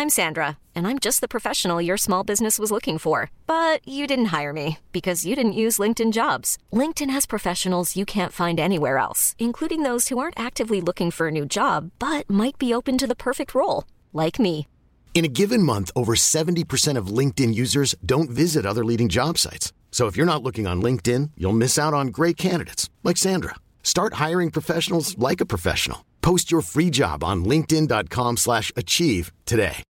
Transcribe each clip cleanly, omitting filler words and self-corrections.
I'm Sandra, and I'm just the professional your small business was looking for. But you didn't hire me because you didn't use LinkedIn Jobs. LinkedIn has professionals you can't find anywhere else, including those who aren't actively looking for a new job, but might be open to the perfect role, like me. In a given month, over 70% of LinkedIn users don't visit other leading job sites. So if you're not looking on LinkedIn, you'll miss out on great candidates like Sandra. Start hiring professionals like a professional. Post your free job on linkedin.com/achieve today.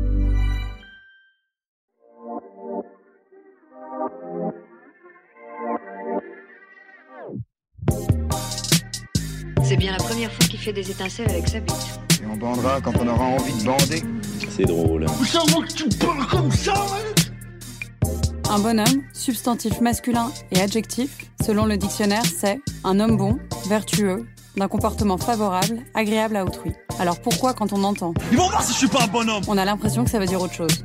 C'est bien la première fois qu'il fait des étincelles avec sa bite. Et on bandera quand on aura envie de bander. C'est drôle. Ça, moi que tu parles comme ça, mec. Un bonhomme, substantif masculin et adjectif, selon le dictionnaire, c'est un homme bon, vertueux, d'un comportement favorable, agréable à autrui. Alors pourquoi, quand on entend Ils vont voir si je suis pas un bonhomme. On a l'impression que ça veut dire autre chose.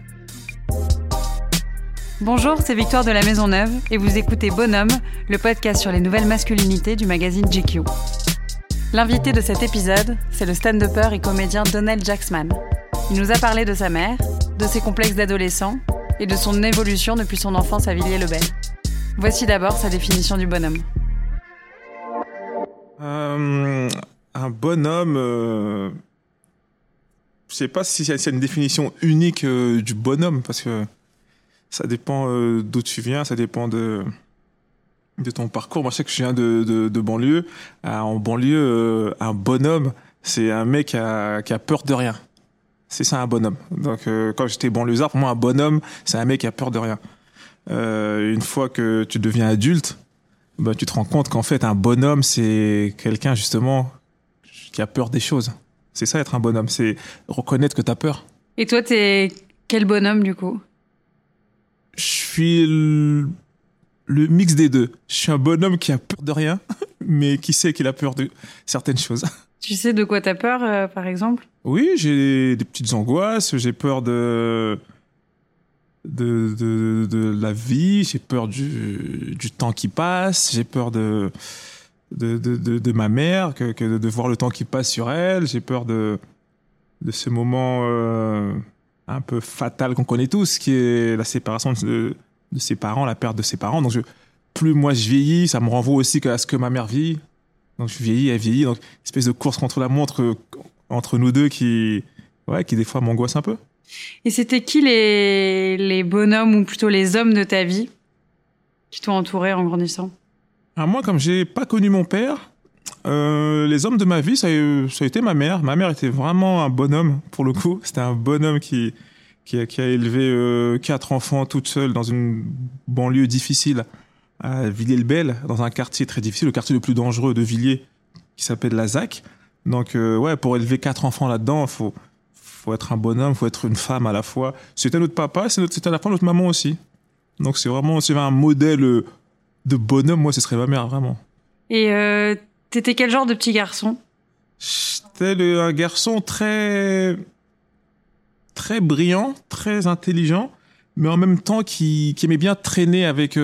Bonjour, c'est Victoire de la Maison Neuve et vous écoutez Bonhomme, le podcast sur les nouvelles masculinités du magazine GQ. L'invité de cet épisode, c'est le stand-upper et comédien Donald Jacksman. Il nous a parlé de sa mère, de ses complexes d'adolescent et de son évolution depuis son enfance à Villiers-le-Bel. Voici d'abord sa définition du bonhomme. Un bonhomme, je sais pas si c'est une définition unique du bonhomme, parce que ça dépend d'où tu viens, ça dépend de ton parcours. Moi, je sais que je viens de banlieue. En banlieue, un bonhomme, c'est un mec qui a peur de rien. C'est ça, un bonhomme. Donc, quand j'étais banlieusard, pour moi, un bonhomme, c'est un mec qui a peur de rien. Une fois que tu deviens adulte, bah, tu te rends compte qu'en fait, un bonhomme, c'est quelqu'un, justement, qui a peur des choses. C'est ça, être un bonhomme. C'est reconnaître que t'as peur. Et toi, t'es quel bonhomme, du coup ? Je suis le mix des deux. Je suis un bonhomme qui a peur de rien, mais qui sait qu'il a peur de certaines choses. Tu sais de quoi t'as peur, par exemple ? Oui, j'ai des petites angoisses, j'ai peur de la vie, j'ai peur du temps qui passe, j'ai peur de ma mère, de voir le temps qui passe sur elle, j'ai peur de ce moment un peu fatal qu'on connaît tous, qui est la séparation de ses parents, la perte de ses parents. Donc plus moi je vieillis, ça me renvoie aussi à ce que ma mère vit. Donc je vieillis, elle vieillit, donc une espèce de course contre la montre entre nous deux qui des fois m'angoisse un peu. Et c'était qui les bonhommes, ou plutôt les hommes de ta vie qui t'ont entouré en grandissant ? Alors moi, comme j'ai pas connu mon père, les hommes de ma vie, ça a été ma mère. Ma mère était vraiment un bonhomme, pour le coup. C'était un bonhomme qui a élevé 4 enfants toute seule dans une banlieue difficile, à Villiers-le-Bel, dans un quartier très difficile, le quartier le plus dangereux de Villiers, qui s'appelle la ZAC. Donc, pour élever 4 enfants là-dedans, faut être un bonhomme, faut être une femme à la fois. C'était notre papa, c'était à la fois notre maman aussi. Donc, c'est un modèle de bonhomme. Moi, ce serait ma mère, vraiment. Et t'étais quel genre de petit garçon ? J'étais un garçon très très brillant, très intelligent, mais en même temps qui aimait bien traîner avec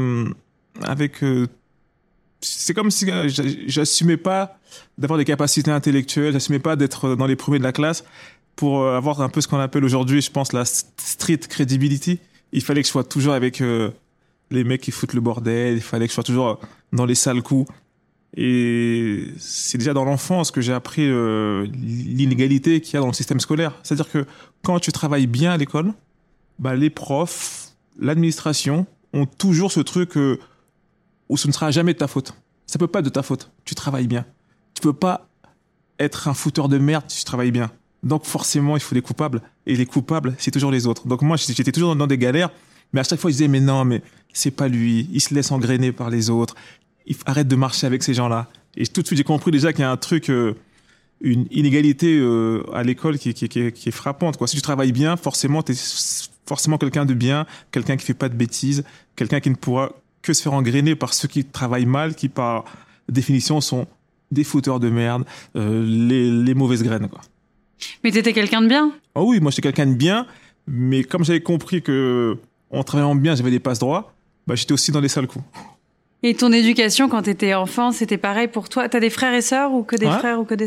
c'est comme si j'assumais pas d'avoir des capacités intellectuelles, j'assumais pas d'être dans les premiers de la classe pour avoir un peu ce qu'on appelle aujourd'hui, je pense, la street credibility. Il fallait que je sois toujours avec les mecs qui foutent le bordel, il fallait que je sois toujours dans les sales coups. Et c'est déjà dans l'enfance que j'ai appris l'inégalité qu'il y a dans le système scolaire. C'est-à-dire que quand tu travailles bien à l'école, bah, les profs, l'administration ont toujours ce truc où ce ne sera jamais de ta faute. Ça peut pas être de ta faute. Tu travailles bien. Tu peux pas être un fouteur de merde si tu travailles bien. Donc forcément, il faut des coupables. Et les coupables, c'est toujours les autres. Donc moi, j'étais toujours dans des galères. Mais à chaque fois, je disais, mais non, mais c'est pas lui. Il se laisse engrainer par les autres. Arrête de marcher avec ces gens-là. Et tout de suite, j'ai compris déjà qu'il y a un truc, une inégalité à l'école qui est frappante, quoi. Si tu travailles bien, forcément, t'es forcément quelqu'un de bien, quelqu'un qui fait pas de bêtises, quelqu'un qui ne pourra que se faire engrainer par ceux qui travaillent mal, qui par définition sont des fouteurs de merde, les mauvaises graines, quoi. Mais t'étais quelqu'un de bien ? Ah oui, moi j'étais quelqu'un de bien, mais comme j'avais compris que en travaillant bien, j'avais des passe-droits, bah j'étais aussi dans les sales coups. Et ton éducation quand t'étais enfant, c'était pareil pour toi ? T'as des frères et sœurs ou que des frères ou que des sœurs ?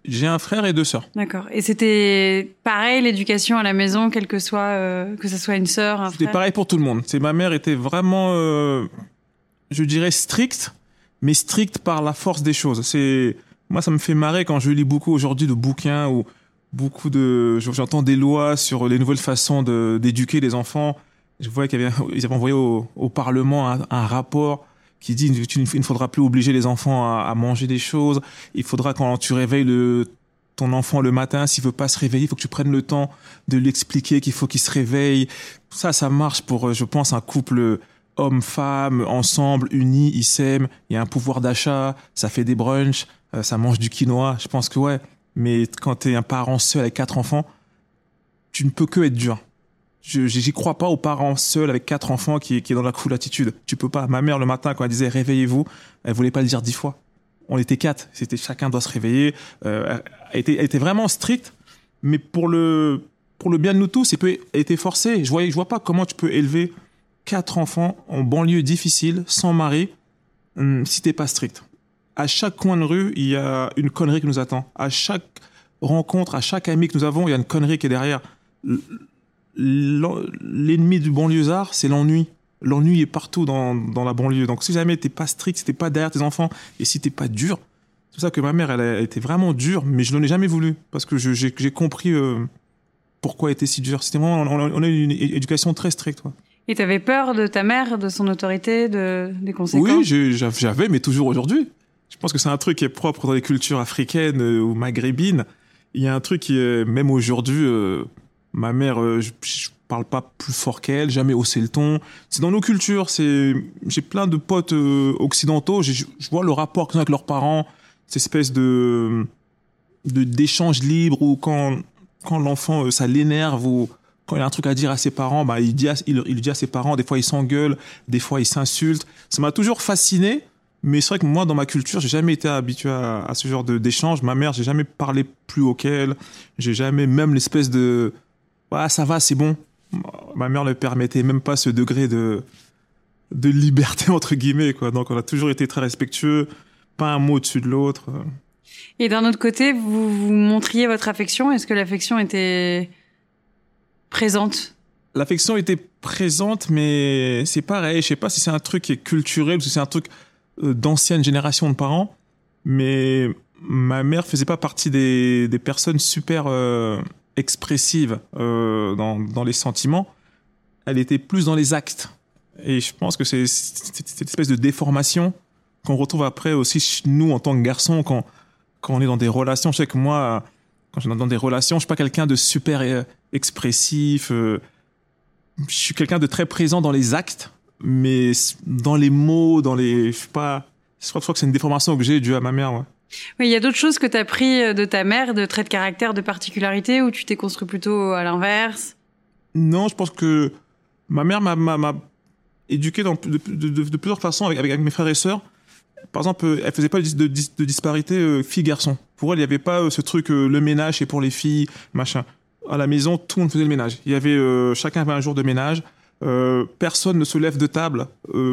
J'ai un frère et 2 sœurs. D'accord. Et c'était pareil, l'éducation à la maison, quel que soit, que ce soit une sœur, un C'était frère? pareil pour tout le monde. Ma mère était vraiment, je dirais, stricte, mais stricte par la force des choses. Moi, ça me fait marrer quand je lis beaucoup aujourd'hui de bouquins ou j'entends des lois sur les nouvelles façons d'éduquer les enfants. Je vois qu'ils avaient envoyé au Parlement un rapport qui dit il ne faudra plus obliger les enfants à manger des choses. Il faudra, quand tu réveilles ton enfant le matin, s'il veut pas se réveiller, il faut que tu prennes le temps de lui expliquer qu'il faut qu'il se réveille. Ça marche pour, je pense, un couple homme-femme, ensemble, unis, ils s'aiment, il y a un pouvoir d'achat, ça fait des brunchs, ça mange du quinoa. Je pense que ouais. Mais quand t'es un parent seul avec 4 enfants, tu ne peux que être dur. J'y crois pas aux parents seuls avec 4 enfants qui est dans la cool attitude. Tu peux pas. Ma mère, le matin, quand elle disait réveillez-vous, elle voulait pas le dire 10 fois. On était 4. C'était chacun doit se réveiller. Elle était vraiment stricte. Mais pour le bien de nous tous, elle était forcée. Je vois pas comment tu peux élever 4 enfants en banlieue difficile, sans mari, si t'es pas strict. À chaque coin de rue, il y a une connerie qui nous attend. À chaque rencontre, à chaque ami que nous avons, il y a une connerie qui est derrière. L'ennemi du banlieusard, c'est l'ennui. L'ennui est partout dans la banlieue. Donc, si jamais t'es pas strict, si t'es pas derrière tes enfants, et si t'es pas dur, c'est pour ça que ma mère, elle a été vraiment dure, mais je n'en ai jamais voulu. Parce que j'ai compris pourquoi elle était si dure. C'était vraiment, on a eu une éducation très stricte, ouais. Et t'avais peur de ta mère, de son autorité, des conséquences? Oui, j'avais, mais toujours aujourd'hui. Je pense que c'est un truc qui est propre dans les cultures africaines ou maghrébines. Il y a un truc qui est, même aujourd'hui, ma mère, je parle pas plus fort qu'elle, jamais hausser le ton. C'est dans nos cultures. J'ai plein de potes occidentaux. Je vois le rapport qu'ils ont avec leurs parents, cette espèce d'échange libre où quand l'enfant, ça l'énerve ou quand il a un truc à dire à ses parents, bah, il le dit à ses parents. Des fois, il s'engueule, des fois, il s'insulte. Ça m'a toujours fasciné. Mais c'est vrai que moi, dans ma culture, j'ai jamais été habitué à ce genre d'échange. Ma mère, j'ai jamais parlé plus haut qu'elle. J'ai jamais, même l'espèce de, ah, ça va, c'est bon. Ma mère ne permettait même pas ce degré de liberté, entre guillemets, quoi. Donc, on a toujours été très respectueux. Pas un mot au-dessus de l'autre. Et d'un autre côté, vous montriez votre affection. Est-ce que l'affection était présente? L'affection était présente, mais c'est pareil. Je sais pas si c'est un truc qui est culturel ou si c'est un truc d'ancienne génération de parents, mais ma mère faisait pas partie des personnes super expressives dans les sentiments. Elle était plus dans les actes. Et je pense que c'est cette espèce de déformation qu'on retrouve après aussi nous en tant que garçons quand on est dans des relations. Je sais que moi, quand je suis dans des relations, je suis pas quelqu'un de super expressif. Je suis quelqu'un de très présent dans les actes, mais dans les mots, je crois que c'est une déformation que j'ai due à ma mère, ouais. Oui, il y a d'autres choses que t'as pris de ta mère, de traits de caractère, de particularités, ou tu t'es construit plutôt à l'inverse? Non, je pense que ma mère m'a éduqué de plusieurs façons avec mes frères et sœurs. Par exemple, elle faisait pas de disparité filles-garçons. Pour elle, il y avait pas ce truc le ménage c'est pour les filles, machin. À la maison, tout le monde faisait le ménage. Il y avait chacun avait un jour de ménage. Personne ne se lève de table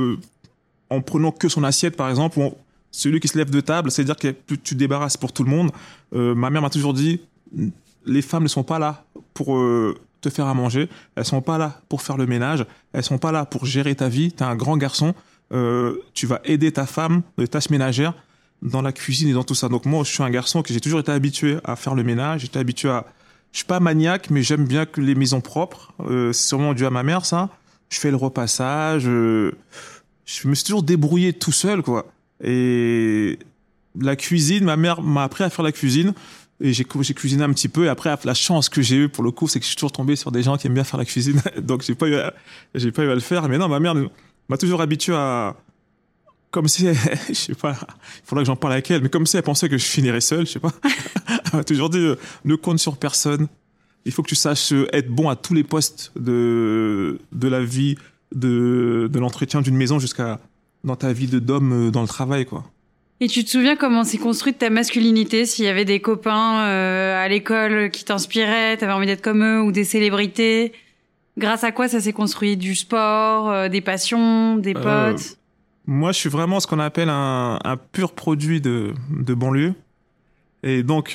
en prenant que son assiette, par exemple. Celui qui se lève de table, c'est-à-dire que tu débarrasses pour tout le monde. Ma mère m'a toujours dit, les femmes ne sont pas là pour te faire à manger. Elles sont pas là pour faire le ménage. Elles sont pas là pour gérer ta vie. T'es un grand garçon. Tu vas aider ta femme dans les tâches ménagères, dans la cuisine et dans tout ça. Donc moi, je suis un garçon que j'ai toujours été habitué à faire le ménage. J'étais habitué à... Je suis pas maniaque, mais j'aime bien que les maisons propres. C'est sûrement dû à ma mère, ça. Je fais le repassage. Je me suis toujours débrouillé tout seul, quoi. Et la cuisine, ma mère m'a appris à faire la cuisine. Et j'ai cuisiné un petit peu. Et après, la chance que j'ai eue, pour le coup, c'est que je suis toujours tombé sur des gens qui aiment bien faire la cuisine. Donc, j'ai pas eu à le faire. Mais non, ma mère m'a toujours habitué à... Comme si, je sais pas, il faudrait que j'en parle avec elle, mais comme si elle pensait que je finirais seul, je sais pas. Elle m'a toujours dit, ne compte sur personne. Il faut que tu saches être bon à tous les postes de la vie, de l'entretien d'une maison jusqu'à dans ta vie d'homme dans le travail, quoi. Et tu te souviens comment s'est construite ta masculinité? S'il y avait des copains à l'école qui t'inspiraient, t'avais envie d'être comme eux, ou des célébrités? Grâce à quoi ça s'est construit? Du sport, des passions, des potes? Moi, je suis vraiment ce qu'on appelle un pur produit de banlieue. Et donc,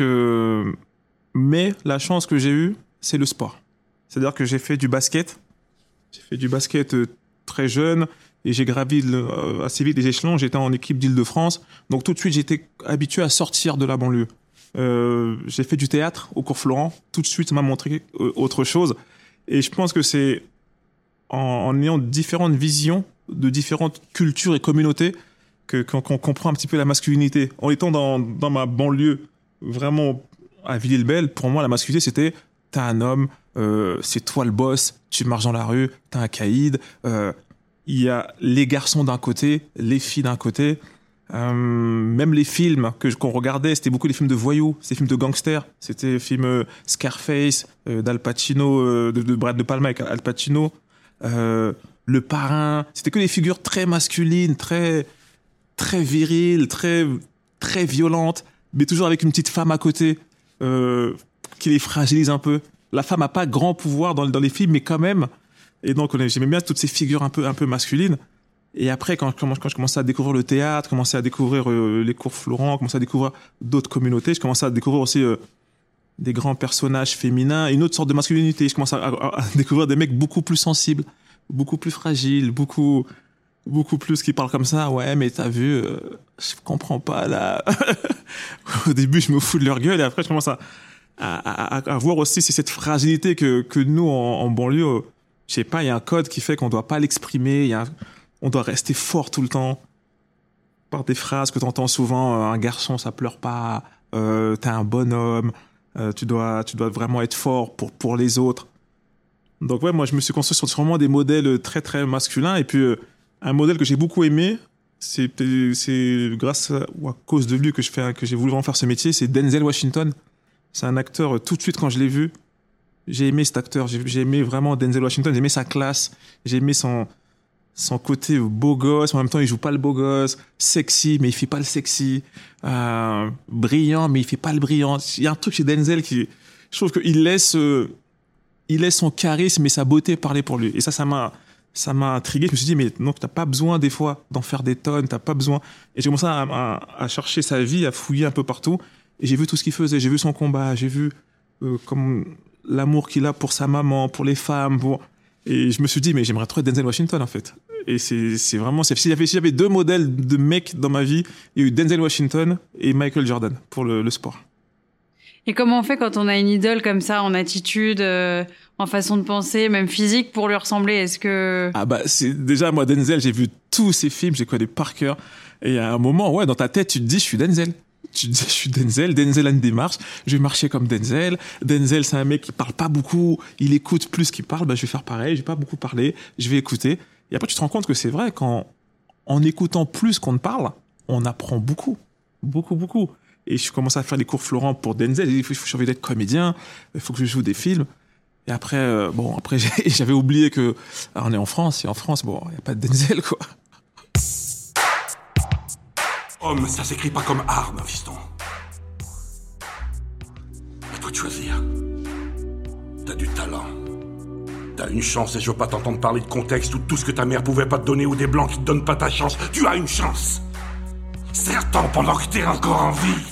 mais la chance que j'ai eue, c'est le sport. C'est-à-dire que j'ai fait du basket. J'ai fait du basket très jeune et j'ai gravi assez vite les échelons. J'étais en équipe d'Île-de-France. Donc tout de suite, j'étais habitué à sortir de la banlieue. J'ai fait du théâtre au cours Florent. Tout de suite, ça m'a montré autre chose. Et je pense que c'est en ayant différentes visions de différentes cultures et communautés qu'on comprend un petit peu la masculinité. En étant dans ma banlieue, vraiment à Villiers-le-Bel, pour moi, la masculinité, c'était t'es un homme, c'est toi le boss, tu marches dans la rue, t'es un caïd. Il y a les garçons d'un côté, les filles d'un côté. Même les films qu'on regardait, c'était beaucoup des films de voyous, c'était des films de gangsters, c'était les films Scarface, d'Al Pacino, de Brad De Palma avec Al Pacino, Le Parrain. C'était que des figures très masculines, très très viriles, très très violentes, mais toujours avec une petite femme à côté qui les fragilise un peu. La femme a pas grand pouvoir dans les films, mais quand même. Et donc j'aimais bien toutes ces figures un peu masculines. Et après, quand je commençais à découvrir le théâtre, commençais à découvrir les cours Florent, commençais à découvrir d'autres communautés, je commençais à découvrir aussi des grands personnages féminins, une autre sorte de masculinité. Je commençais à découvrir des mecs beaucoup plus sensibles, beaucoup plus fragiles, beaucoup plus qui parlent comme ça. Ouais, mais t'as vu, je comprends pas là. Au début, je me fous de leur gueule et après, je commence à voir aussi cette fragilité que nous, en banlieue, je sais pas, il y a un code qui fait qu'on doit pas l'exprimer, on doit rester fort tout le temps. Par des phrases que tu entends souvent, un garçon, ça pleure pas, t'es un bonhomme, tu dois vraiment être fort pour les autres. Donc ouais, moi je me suis construit sur vraiment des modèles très très masculins. Et puis un modèle que j'ai beaucoup aimé, c'est grâce ou à cause de lui que j'ai voulu vraiment faire ce métier, c'est Denzel Washington. C'est un acteur, tout de suite quand je l'ai vu, j'ai aimé cet acteur, j'ai aimé vraiment Denzel Washington, j'ai aimé sa classe, j'ai aimé son côté beau gosse, mais en même temps il joue pas le beau gosse, sexy mais il fait pas le sexy, brillant mais il fait pas le brillant. Il y a un truc chez Denzel je trouve qu'il laisse son charisme et sa beauté parler pour lui. Et ça m'a intrigué. Je me suis dit mais non, t'as pas besoin des fois d'en faire des tonnes, t'as pas besoin. Et j'ai commencé à chercher sa vie, à fouiller un peu partout. Et j'ai vu tout ce qu'il faisait, j'ai vu son combat, j'ai vu comme l'amour qu'il a pour sa maman, pour les femmes, Et je me suis dit, mais j'aimerais trop être Denzel Washington, en fait. Et c'est vraiment, s'il y avait deux modèles de mecs dans ma vie, il y a eu Denzel Washington et Michael Jordan pour le sport. Et comment on fait quand on a une idole comme ça, en attitude, en façon de penser, même physique, pour lui ressembler? Est-ce que... Déjà, moi, Denzel, j'ai vu tous ses films, j'ai connais par cœur. Et à un moment, ouais, dans ta tête, tu te dis, je suis Denzel. Tu te dis, je suis Denzel a une démarche, je vais marcher comme Denzel. Denzel, c'est un mec qui parle pas beaucoup, il écoute plus qu'il parle, je vais faire pareil, je vais pas beaucoup parler, je vais écouter. Et après, tu te rends compte que c'est vrai, en écoutant plus qu'on ne parle, on apprend beaucoup. Beaucoup, beaucoup. Et je commence à faire des cours Florent pour Denzel, j'ai envie d'être comédien, il faut que je joue des films. Et après, j'avais oublié que, on est en France, et en France, il n'y a pas de Denzel, quoi. Homme, ça s'écrit pas comme arme, fiston. À toi de choisir. T'as du talent. T'as une chance et je veux pas t'entendre parler de contexte ou tout ce que ta mère pouvait pas te donner ou des blancs qui te donnent pas ta chance. Tu as une chance. Serre-t'en pendant que t'es encore en vie.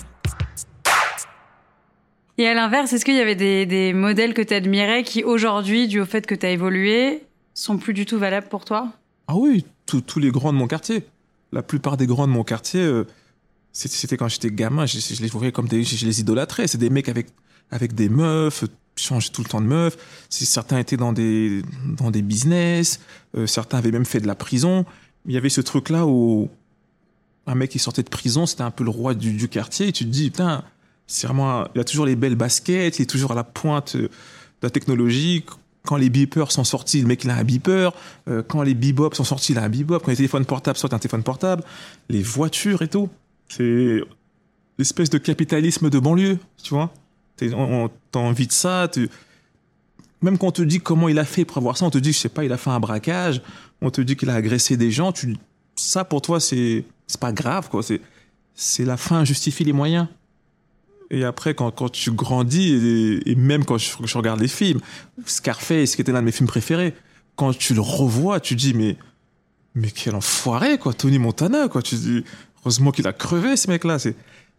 Et à l'inverse, est-ce qu'il y avait des modèles que t'admirais qui aujourd'hui, dû au fait que t'as évolué, sont plus du tout valables pour toi? Ah oui, tous les grands de mon quartier. La plupart des grands de mon quartier, c'était quand j'étais gamin, je les voyais comme je les idolâtrais. C'est des mecs avec des meufs, changeaient tout le temps de meufs. Certains étaient dans des business, certains avaient même fait de la prison. Il y avait ce truc-là où un mec qui sortait de prison, c'était un peu le roi du quartier. Et tu te dis, putain, c'est vraiment, il a toujours les belles baskets, il est toujours à la pointe de la technologie. Quand les beepers sont sortis, le mec il a un beeper. Quand les bebops sont sortis, il a un bebop. Quand les téléphones portables sortent, un téléphone portable. Les voitures et tout. C'est l'espèce de capitalisme de banlieue, tu vois. T'as envie de ça. Même quand on te dit comment il a fait pour avoir ça, on te dit, je sais pas, il a fait un braquage. On te dit qu'il a agressé des gens. Ça pour toi, c'est pas grave, quoi. C'est la fin justifie les moyens. Et après, quand tu grandis, et même quand je regarde les films, Scarface, qui était l'un de mes films préférés, quand tu le revois, tu dis, mais quel enfoiré, quoi, Tony Montana, quoi. Tu dis, heureusement qu'il a crevé, ce mec-là.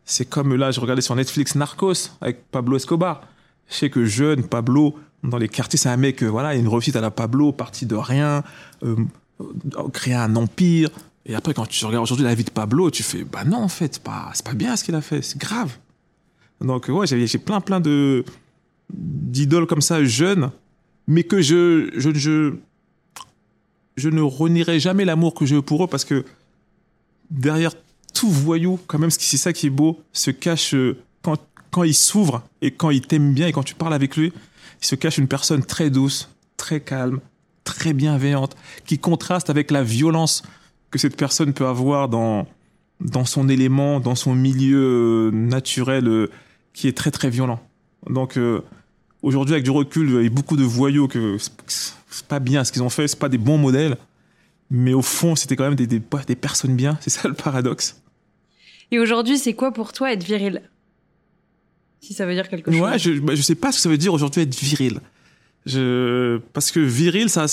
C'est comme là, je regardais sur Netflix Narcos avec Pablo Escobar. Je sais que jeune, Pablo, dans les quartiers, c'est un mec, voilà, il y a une réussite à la Pablo, parti de rien, créer un empire. Et après, quand tu regardes aujourd'hui la vie de Pablo, tu fais, bah non, en fait, c'est pas bien ce qu'il a fait, c'est grave. Donc, ouais, j'ai plein d'idoles comme ça, jeunes, mais que je ne renierai jamais l'amour que j'ai pour eux, parce que derrière tout voyou, quand même, c'est ça qui est beau, se cache, quand il s'ouvre et quand il t'aime bien et quand tu parles avec lui, il se cache une personne très douce, très calme, très bienveillante, qui contraste avec la violence que cette personne peut avoir dans son élément, dans son milieu naturel, qui est très très violent. Donc aujourd'hui, avec du recul, il y a beaucoup de voyous que c'est pas bien ce qu'ils ont fait, c'est pas des bons modèles, mais au fond, c'était quand même des personnes bien. C'est ça le paradoxe. Et aujourd'hui, c'est quoi pour toi être viril ? Si ça veut dire quelque chose. Ouais, je sais pas ce que ça veut dire aujourd'hui être viril. Parce que viril, ça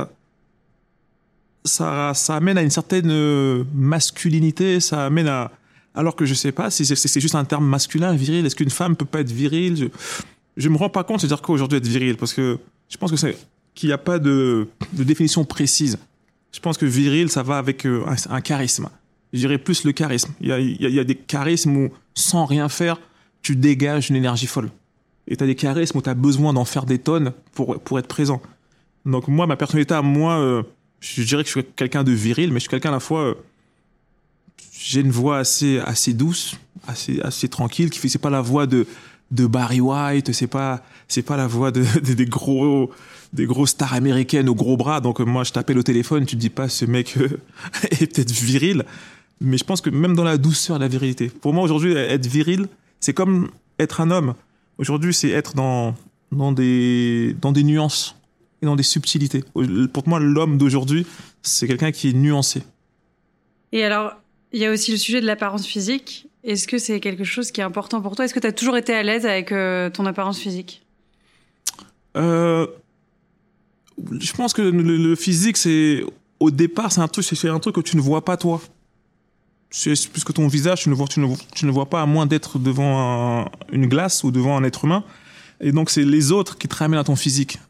amène à une certaine masculinité, ça amène à... Alors que je sais pas si c'est juste un terme masculin, viril. Est-ce qu'une femme peut pas être virile ? Je me rends pas compte, c'est-à-dire qu'aujourd'hui être viril, parce que je pense qu'il n'y a pas de définition précise. Je pense que viril, ça va avec un charisme. Je dirais plus le charisme. Il y a des charismes où, sans rien faire, tu dégages une énergie folle. Et tu as des charismes où tu as besoin d'en faire des tonnes pour être présent. Donc moi, ma personnalité à moi, je dirais que je suis quelqu'un de viril, mais je suis quelqu'un à la fois... j'ai une voix assez douce, assez tranquille, qui fait, c'est pas la voix de Barry White, c'est pas la voix des gros stars américaines aux gros bras. Donc moi, je t'appelle au téléphone, tu te dis pas ce mec est peut-être viril, mais je pense que même dans la douceur de la virilité. Pour moi aujourd'hui, être viril, c'est comme être un homme. Aujourd'hui, c'est être dans des nuances et dans des subtilités. Pour moi, l'homme d'aujourd'hui, c'est quelqu'un qui est nuancé. Et alors, il y a aussi le sujet de l'apparence physique. Est-ce que c'est quelque chose qui est important pour toi ? Est-ce que tu as toujours été à l'aise avec ton apparence physique ? Je pense que le physique, au départ, c'est un truc que tu ne vois pas toi. Puisque ton visage, tu ne vois pas, à moins d'être devant une glace ou devant un être humain. Et donc, c'est les autres qui te ramènent à ton physique.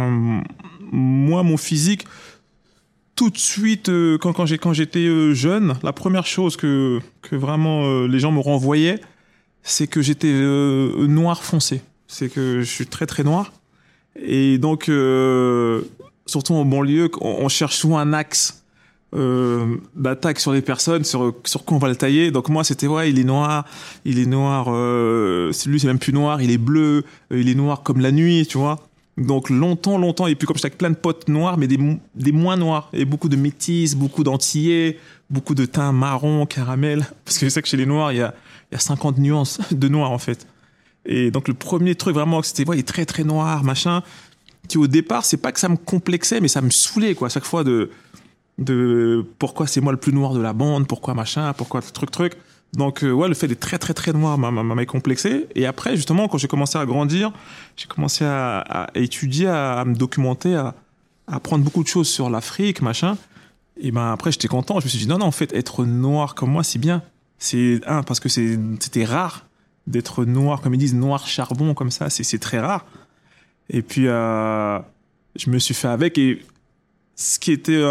Moi, mon physique, tout de suite, quand j'étais jeune, la première chose que vraiment les gens me renvoyaient, c'est que j'étais noir foncé. C'est que je suis très très noir. Et donc, surtout en banlieue, on cherche souvent un axe d'attaque sur les personnes, sur quoi on va le tailler. Donc moi, c'était il est noir, lui c'est même plus noir, il est bleu, il est noir comme la nuit, tu vois. Donc longtemps, et puis comme j'étais avec plein de potes noirs, mais des moins noirs, et beaucoup de métis, beaucoup d'antillais, beaucoup de teint marron, caramel, parce que je sais que chez les noirs, il y a 50 nuances de noir en fait. Et donc le premier truc vraiment, c'était il est très très noir, machin, qui au départ, c'est pas que ça me complexait, mais ça me saoulait quoi, à chaque fois de pourquoi c'est moi le plus noir de la bande, pourquoi machin, pourquoi truc. Donc le fait d'être très très très noir m'a complexé. Et après justement, quand j'ai commencé à grandir, j'ai commencé à étudier, à me documenter, à apprendre beaucoup de choses sur l'Afrique, machin. Et ben après j'étais content, je me suis dit non en fait être noir comme moi c'est bien. C'est parce que c'était rare d'être noir, comme ils disent, noir charbon comme ça, c'est très rare. Et puis je me suis fait avec, et ce qui était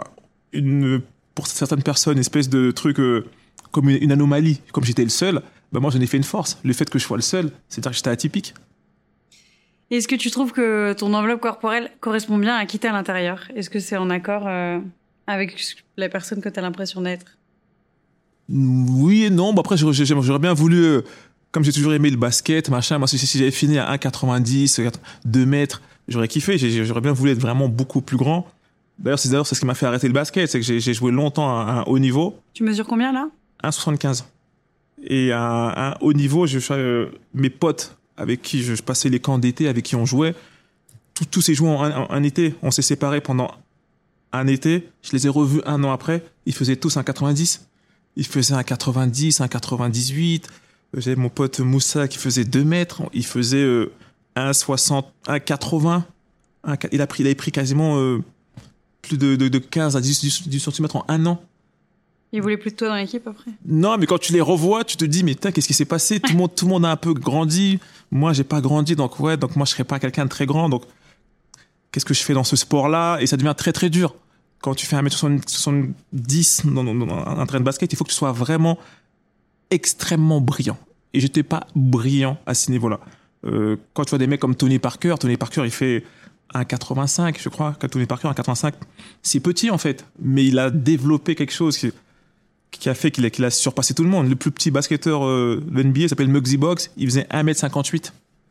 pour certaines personnes une espèce de truc comme une anomalie, comme j'étais le seul, moi j'en ai fait une force. Le fait que je sois le seul, c'est-à-dire que j'étais atypique. Est-ce que tu trouves que ton enveloppe corporelle correspond bien à qui t'es à l'intérieur ? Est-ce que c'est en accord avec la personne que t'as l'impression d'être ? Oui et non. Après, j'aurais bien voulu, comme j'ai toujours aimé le basket, machin, moi si j'avais fini à 1,90, 2 mètres, j'aurais kiffé. J'aurais bien voulu être vraiment beaucoup plus grand. D'ailleurs, c'est ce qui m'a fait arrêter le basket, c'est que j'ai joué longtemps à un haut niveau. Tu mesures combien là ? 1,75. Et à un haut niveau, mes potes avec qui je passais les camps d'été, avec qui on jouait, tous ces joueurs en été, on s'est séparés pendant un été. Je les ai revus 1 an après. Ils faisaient tous 1,90. Ils faisaient 1,90, 1,98. J'avais mon pote Moussa qui faisait 2 mètres. Il faisait 1,60, 1,80. Il avait pris quasiment plus de 15 à 18 cm en 1 an. Il voulait plus de toi dans l'équipe après? Non, mais quand tu les revois, tu te dis, mais putain, qu'est-ce qui s'est passé? Tout le monde a un peu grandi. Moi, j'ai pas grandi, donc moi, je serais pas quelqu'un de très grand. Donc, qu'est-ce que je fais dans ce sport-là? Et ça devient très, très dur. Quand tu fais 1m70 dans un terrain de basket, il faut que tu sois vraiment extrêmement brillant. Et j'étais pas brillant à ce niveau-là. Quand tu vois des mecs comme Tony Parker, il fait 1,85, je crois. Tony Parker, 1,85. C'est petit, en fait. Mais il a développé quelque chose qui a fait qu'il a surpassé tout le monde. Le plus petit basketteur de NBA s'appelle Muggsy Bogues. Il faisait 1m58.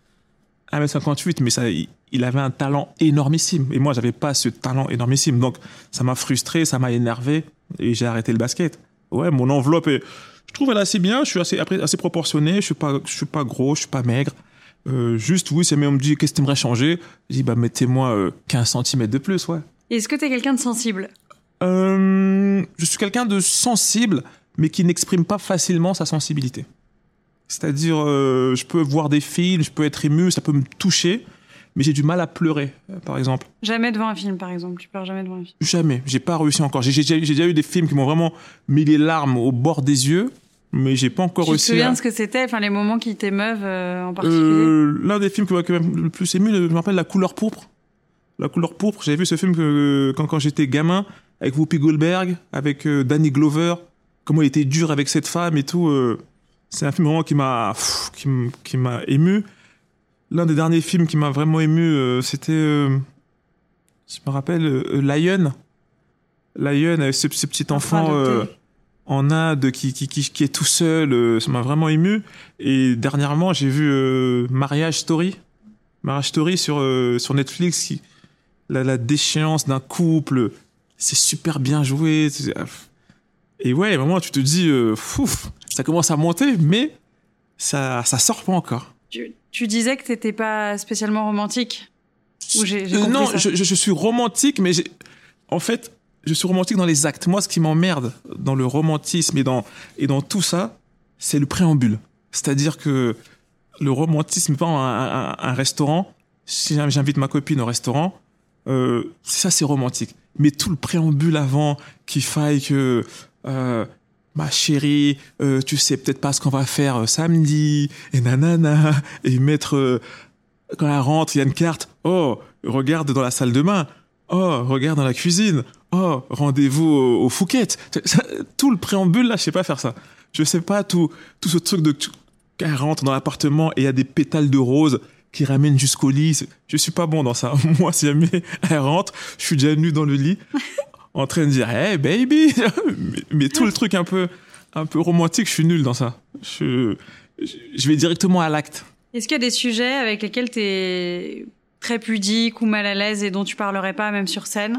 1m58, mais il avait un talent énormissime. Et moi, j'avais pas ce talent énormissime. Donc, ça m'a frustré, ça m'a énervé. Et j'ai arrêté le basket. Ouais, mon enveloppe je trouve elle assez bien. Je suis assez proportionné. Je suis pas gros, je suis pas maigre. Juste, oui, on me dit, qu'est-ce que tu aimerais changer? Je dis, mettez-moi 15 cm de plus, ouais. Est-ce que tu es quelqu'un de sensible? Je suis quelqu'un de sensible, mais qui n'exprime pas facilement sa sensibilité. C'est-à-dire, je peux voir des films, je peux être ému, ça peut me toucher, mais j'ai du mal à pleurer, par exemple. Jamais devant un film, par exemple. Tu pleures jamais devant un film? Jamais. J'ai pas réussi encore. J'ai déjà eu des films qui m'ont vraiment mis les larmes au bord des yeux, mais j'ai pas encore réussi. Tu te souviens de ce que c'était, les moments qui t'émeuvent en particulier? L'un des films qui m'a le plus ému, je me rappelle La Couleur pourpre. La Couleur pourpre, j'avais vu ce film quand j'étais gamin, avec Whoopi Goldberg, avec Danny Glover, comment il était dur avec cette femme et tout. C'est un film vraiment qui m'a ému. L'un des derniers films qui m'a vraiment ému, c'était, je me rappelle, Lion, avec ce petit enfant en Inde qui est tout seul, ça m'a vraiment ému. Et dernièrement, j'ai vu Marriage Story sur Netflix, la déchéance d'un couple, c'est super bien joué. Et ouais, vraiment, tu te dis, ça commence à monter, mais ça sort pas encore. Tu disais que t'étais pas spécialement romantique? Ou j'ai non, ça. je suis romantique, mais en fait, je suis romantique dans les actes. Moi, ce qui m'emmerde dans le romantisme et dans tout ça, c'est le préambule. C'est-à-dire que le romantisme, par exemple, un restaurant, si j'invite ma copine au restaurant, ça, c'est romantique. Mais tout le préambule avant, qu'il faille que... ma chérie, tu sais peut-être pas ce qu'on va faire samedi, et nanana, et mettre, quand elle rentre, il y a une carte, oh, regarde dans la salle de bain, oh, regarde dans la cuisine, oh, rendez-vous au Fouquet. Tout le préambule, là, je sais pas faire ça. Je sais pas tout ce truc qu'elle rentre dans l'appartement et il y a des pétales de rose qui ramènent jusqu'au lit. Je suis pas bon dans ça. Moi, si jamais elle rentre, je suis déjà nu dans le lit, en train de dire, hey baby, mais tout le truc un peu romantique, je suis nul dans ça. Je vais directement à l'acte. Est-ce qu'il y a des sujets avec lesquels t'es très pudique ou mal à l'aise et dont tu parlerais pas, même sur scène?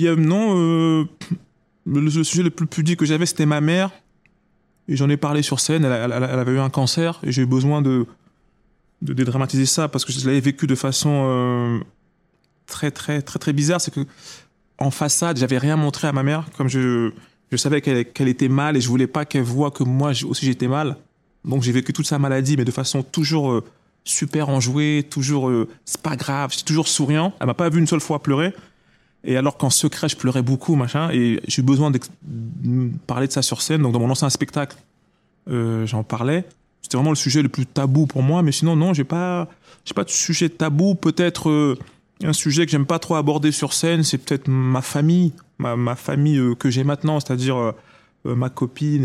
Le sujet le plus pudique que j'avais, c'était ma mère. Et j'en ai parlé sur scène. Elle avait eu un cancer et j'ai eu besoin de dédramatiser ça parce que je l'avais vécu de façon très, très, très, très bizarre. C'est que en façade, j'avais rien montré à ma mère, comme je savais qu'elle était mal et je voulais pas qu'elle voie que moi aussi j'étais mal. Donc j'ai vécu toute sa maladie, mais de façon toujours super enjouée, toujours c'est pas grave, j'étais toujours souriant. Elle m'a pas vu une seule fois pleurer. Et alors qu'en secret, je pleurais beaucoup, machin, et j'ai eu besoin de parler de ça sur scène. Donc dans mon ancien spectacle, j'en parlais. C'était vraiment le sujet le plus tabou pour moi, mais sinon non, j'ai pas de sujet tabou. Peut-être un sujet que j'aime pas trop aborder sur scène, c'est peut-être ma famille, ma famille que j'ai maintenant, c'est-à-dire ma copine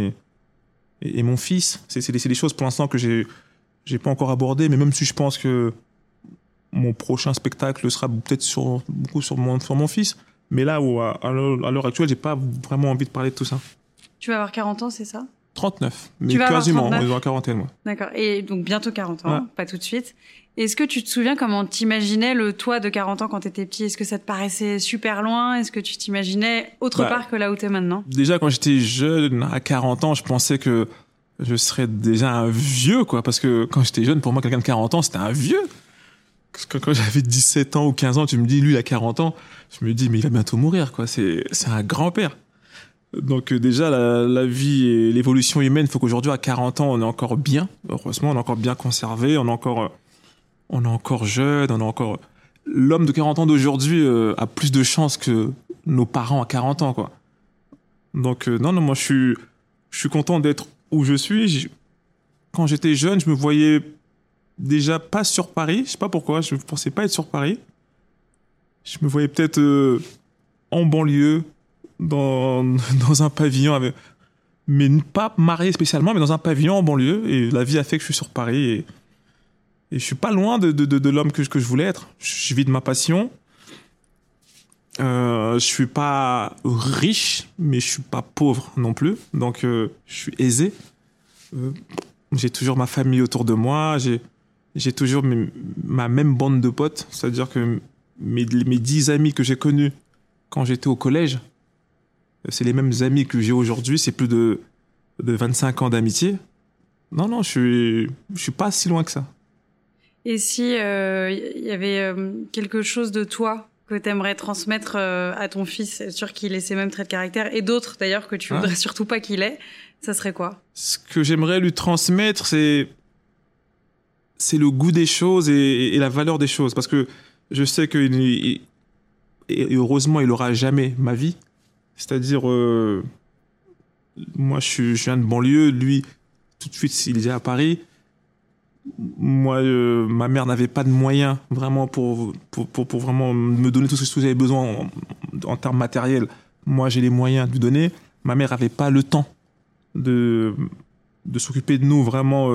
et mon fils. C'est des choses pour l'instant que j'ai pas encore abordées, mais même si je pense que mon prochain spectacle sera peut-être beaucoup sur mon fils, mais là à l'heure actuelle, j'ai pas vraiment envie de parler de tout ça. Tu vas avoir 40 ans, c'est ça? 39, mais quasiment, on est dans la quarantaine, moi. D'accord, et donc bientôt 40 ans, ouais. Pas tout de suite. Est-ce que tu te souviens comment t'imaginais le toi de 40 ans quand t'étais petit? Est-ce que ça te paraissait super loin? Est-ce que tu t'imaginais autre part que là où t'es maintenant? Déjà, quand j'étais jeune, à 40 ans, je pensais que je serais déjà un vieux, quoi, parce que quand j'étais jeune, pour moi, quelqu'un de 40 ans, c'était un vieux. Quand j'avais 17 ans ou 15 ans, tu me dis, lui, il a 40 ans, je me dis, mais il va bientôt mourir, quoi. C'est un grand-père. Donc déjà, la vie et l'évolution humaine, il faut qu'aujourd'hui, à 40 ans, on est encore bien. Heureusement, on est encore bien conservé, on est encore jeune, L'homme de 40 ans d'aujourd'hui a plus de chances que nos parents à 40 ans, quoi. Donc, non, moi, je suis content d'être où je suis. Quand j'étais jeune, je me voyais déjà pas sur Paris. Je sais pas pourquoi, je ne pensais pas être sur Paris. Je me voyais peut-être en banlieue, dans un pavillon, mais pas marié spécialement, mais dans un pavillon en banlieue. Et la vie a fait que je suis sur Paris. Et je suis pas loin de l'homme que je voulais être. Je vis de ma passion. Je suis pas riche, mais je suis pas pauvre non plus. Donc, je suis aisé. J'ai toujours ma famille autour de moi. J'ai toujours ma même bande de potes. C'est-à-dire que mes 10 amis que j'ai connus quand j'étais au collège, c'est les mêmes amis que j'ai aujourd'hui. C'est plus de 25 ans d'amitié. Non, je suis pas si loin que ça. Et si y avait quelque chose de toi que tu aimerais transmettre à ton fils, être sûr qu'il ait ces mêmes traits de caractère, et d'autres d'ailleurs que tu voudrais surtout pas qu'il ait, ça serait quoi? Ce que j'aimerais lui transmettre, c'est le goût des choses et la valeur des choses. Parce que je sais que, et heureusement, il n'aura jamais ma vie. C'est-à-dire, moi, je viens de banlieue, lui, tout de suite, il est à Paris. Moi, ma mère n'avait pas de moyens vraiment pour vraiment me donner tout ce que j'avais besoin en termes matériels. Moi, j'ai les moyens de lui donner. Ma mère n'avait pas le temps de s'occuper de nous vraiment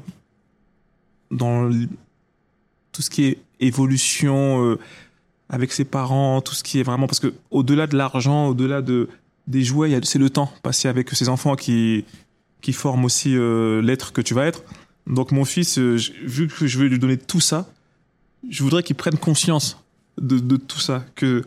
dans tout ce qui est évolution avec ses parents, tout ce qui est vraiment... Parce que au-delà de l'argent, au-delà des jouets, c'est le temps passé avec ses enfants qui forment aussi l'être que tu vas être. Donc mon fils, vu que je veux lui donner tout ça, je voudrais qu'il prenne conscience de tout ça, que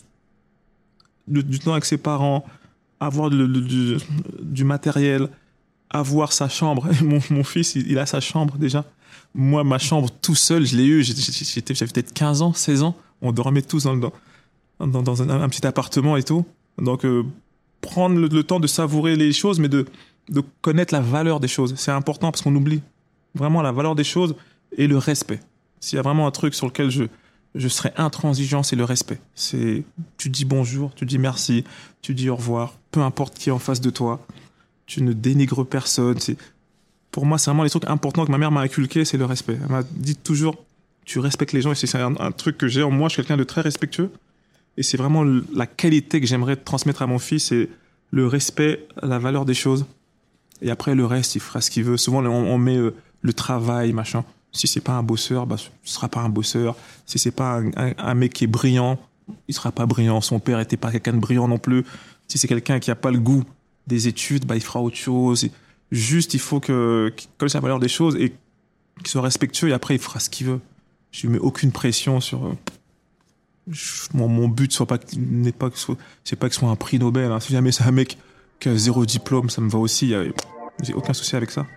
du temps avec ses parents, avoir du matériel, avoir sa chambre. Mon fils, il a sa chambre déjà. Moi, ma chambre tout seul, je l'ai eu, j'avais peut-être 15 ans, 16 ans, on dormait tous dans un petit appartement et tout. Donc prendre le temps de savourer les choses, mais de connaître la valeur des choses. C'est important parce qu'on oublie vraiment la valeur des choses et le respect. S'il y a vraiment un truc sur lequel je serais intransigeant, c'est le respect. Tu dis bonjour, tu dis merci, tu dis au revoir, peu importe qui est en face de toi. Tu ne dénigres personne. Pour moi, c'est vraiment les trucs importants que ma mère m'a inculqué, c'est le respect. Elle m'a dit toujours, tu respectes les gens, et c'est un truc que j'ai en moi. Je suis quelqu'un de très respectueux. Et c'est vraiment la qualité que j'aimerais transmettre à mon fils, c'est le respect, la valeur des choses. Et après, le reste, il fera ce qu'il veut. Souvent, on met le travail, machin. Si c'est pas un bosseur, ce sera pas un bosseur. Si c'est pas un mec qui est brillant, il sera pas brillant. Son père était pas quelqu'un de brillant non plus. Si c'est quelqu'un qui a pas le goût des études, il fera autre chose. Juste, il faut qu'il connaisse la valeur des choses et qu'il soit respectueux, et après, il fera ce qu'il veut. Je lui mets aucune pression sur... Mon but, c'est pas que ce soit un prix Nobel. Hein. Si jamais c'est un mec qui a 0 diplôme, ça me va aussi. J'ai aucun souci avec ça.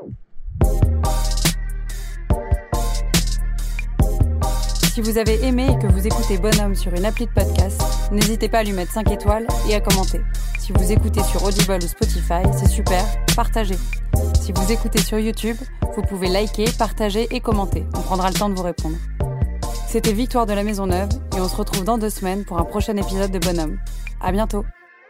Si vous avez aimé et que vous écoutez Bonhomme sur une appli de podcast, n'hésitez pas à lui mettre 5 étoiles et à commenter. Si vous écoutez sur Audible ou Spotify, c'est super, partagez. Si vous écoutez sur YouTube, vous pouvez liker, partager et commenter. On prendra le temps de vous répondre. C'était Victoire de la Maisonneuve et on se retrouve dans 2 semaines pour un prochain épisode de Bonhomme. À bientôt.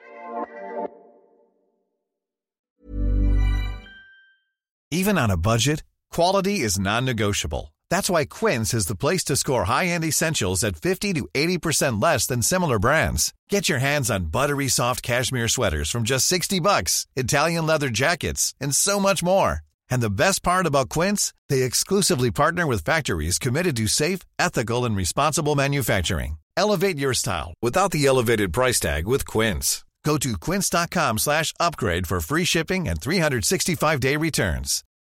Even on a budget, quality is non-negotiable. That's why Quince is the place to score high-end essentials at 50 to 80% less than similar brands. Get your hands on buttery soft cashmere sweaters from just $60, Italian leather jackets, and so much more. And the best part about Quince, they exclusively partner with factories committed to safe, ethical, and responsible manufacturing. Elevate your style without the elevated price tag with Quince. Go to quince.com/upgrade for free shipping and 365-day returns.